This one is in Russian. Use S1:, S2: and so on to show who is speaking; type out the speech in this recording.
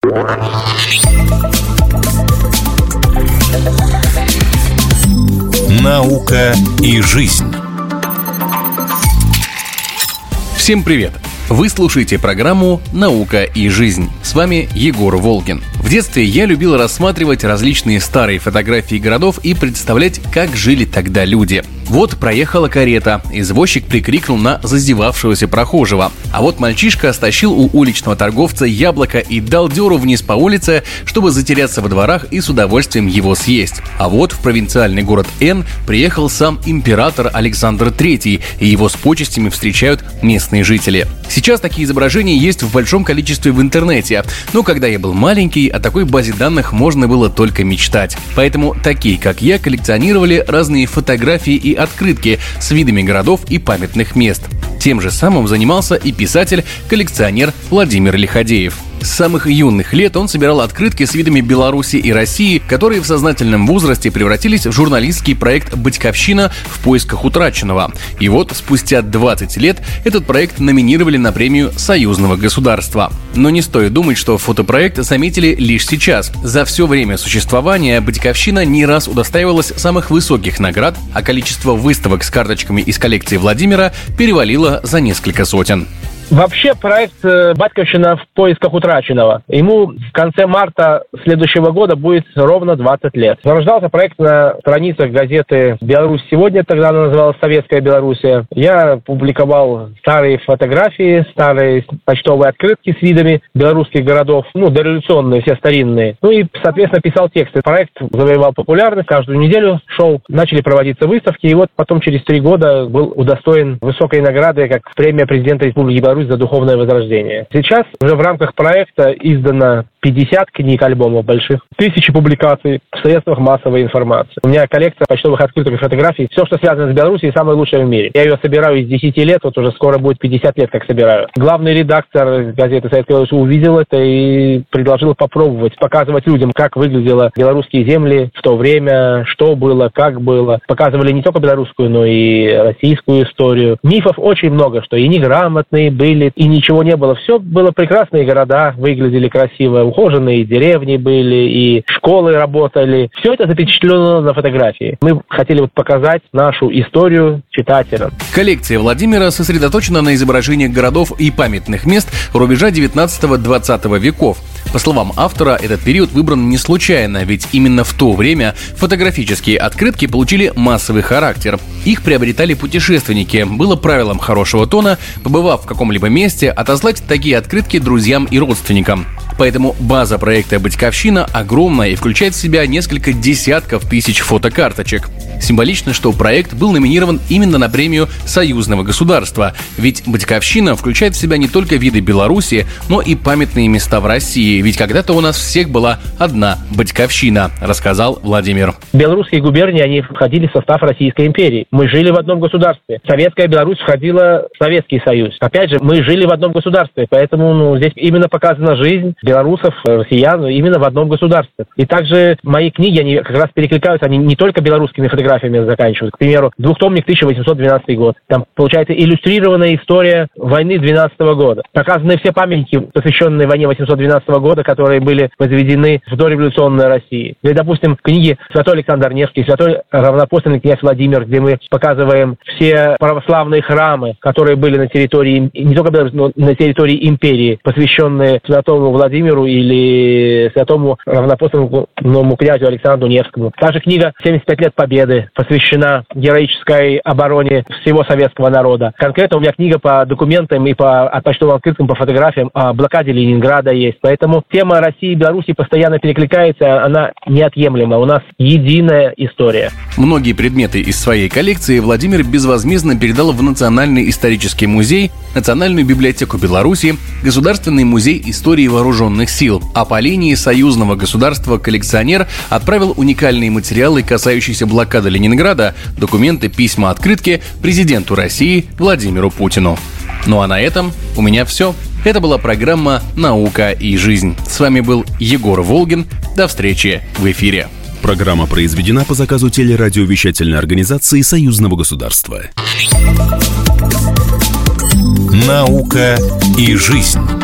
S1: Наука и жизнь.
S2: Всем привет! Вы слушаете программу «Наука и жизнь». С вами Егор Волгин. В детстве я любил рассматривать различные старые фотографии городов и представлять, как жили тогда люди. Вот проехала карета, извозчик прикрикнул на зазевавшегося прохожего. А вот мальчишка стащил у уличного торговца яблоко и дал дёру вниз по улице, чтобы затеряться во дворах и с удовольствием его съесть. А вот в провинциальный город Н приехал сам император Александр III, и его с почестями встречают местные жители. Сейчас такие изображения есть в большом количестве в интернете, но когда я был маленький, о такой базе данных можно было только мечтать. Поэтому такие, как я, коллекционировали разные фотографии и открытки с видами городов и памятных мест. Тем же самым занимался и писатель-коллекционер Владимир Лиходеев. С самых юных лет он собирал открытки с видами Беларуси и России, которые в сознательном возрасте превратились в журналистский проект «Батьковщина. В поисках утраченного». И вот спустя 20 лет этот проект номинировали на премию союзного государства. Но не стоит думать, что фотопроект заметили лишь сейчас. За все время существования «Батьковщина» не раз удостаивалась самых высоких наград, а количество выставок с карточками из коллекции Владимира перевалило за несколько сотен.
S3: Вообще проект «Батьковщина. В поисках утраченного». Ему в конце марта следующего года будет ровно 20 лет. Зарождался проект на страницах газеты «Беларусь сегодня», тогда она называлась «Советская Белоруссия». Я публиковал старые фотографии, старые почтовые открытки с видами белорусских городов, дореволюционные, все старинные. И, соответственно, писал тексты. Проект завоевал популярность, каждую неделю шел, начали проводиться выставки, и вот потом через 3 года был удостоен высокой награды, как премия президента Республики Беларусь за духовное возрождение. Сейчас уже в рамках проекта издано 50 книг, альбомов больших, 1000 публикаций в средствах массовой информации. У меня коллекция почтовых открыток и фотографий. Все, что связано с Беларусью, самое лучшее в мире. Я ее собираю из 10 лет, вот уже скоро будет 50 лет, как собираю. Главный редактор газеты «Советская Беларусь» увидел это и предложил попробовать, показывать людям, как выглядели белорусские земли в то время, что было, как было. Показывали не только белорусскую, но и российскую историю. Мифов очень много, что и неграмотные были, и ничего не было. Все было прекрасные города, выглядели красиво, ухоженные деревни были, и школы работали. Все это запечатлено на фотографии. Мы хотели показать нашу историю читателям.
S2: Коллекция Владимира сосредоточена на изображениях городов и памятных мест рубежа 19-20 веков. По словам автора, этот период выбран не случайно, ведь именно в то время фотографические открытки получили массовый характер. Их приобретали путешественники. Было правилом хорошего тона, побывав в каком-либо месте, отослать такие открытки друзьям и родственникам. Поэтому база проекта «Батьковщина» огромная и включает в себя несколько десятков тысяч фотокарточек. Символично, что проект был номинирован именно на премию союзного государства, ведь «Батьковщина» включает в себя не только виды Беларуси, но и памятные места в России, ведь когда-то у нас всех была одна Батьковщина, рассказал Владимир.
S3: Белорусские губернии, они входили в состав Российской империи. Мы жили в одном государстве. Советская Беларусь входила в Советский Союз. Опять же, мы жили в одном государстве, поэтому здесь именно показана жизнь белорусов, россиян именно в одном государстве. И также мои книги, они как раз перекликаются, они не только белорусскими фотографиями заканчивают. К примеру, двухтомник 1812 год. Там получается иллюстрированная история войны 12 года. Показаны все памятники, посвященные войне 1812 года, которые были возведены в дореволюционной России. Или, допустим, книги «Святой Александр Невский», «Святой равнопостольный князь Владимир», где мы показываем все православные храмы, которые были на территории, не только Беларуси, но на территории империи, посвященные святому Владимиру или святому равнопостольному князю Александру Невскому. Также книга «75 лет Победы» посвящена героической обороне всего советского народа. Конкретно у меня книга по документам и по почтовым открыткам, по фотографиям о блокаде Ленинграда есть. Поэтому тема России и Беларуси постоянно перекликается, она неотъемлема. У нас единая история.
S2: Многие предметы из своей коллекции Владимир безвозмездно передал в Национальный исторический музей, Национальную библиотеку Беларуси, Государственный музей истории вооруженных сил. А по линии союзного государства коллекционер отправил уникальные материалы, касающиеся блокады Ленинграда, документы, письма, открытки президенту России Владимиру Путину. Ну а на этом у меня все. Это была программа «Наука и жизнь». С вами был Егор Волгин. До встречи в эфире.
S1: Программа произведена по заказу телерадиовещательной организации Союзного государства. «Наука и жизнь».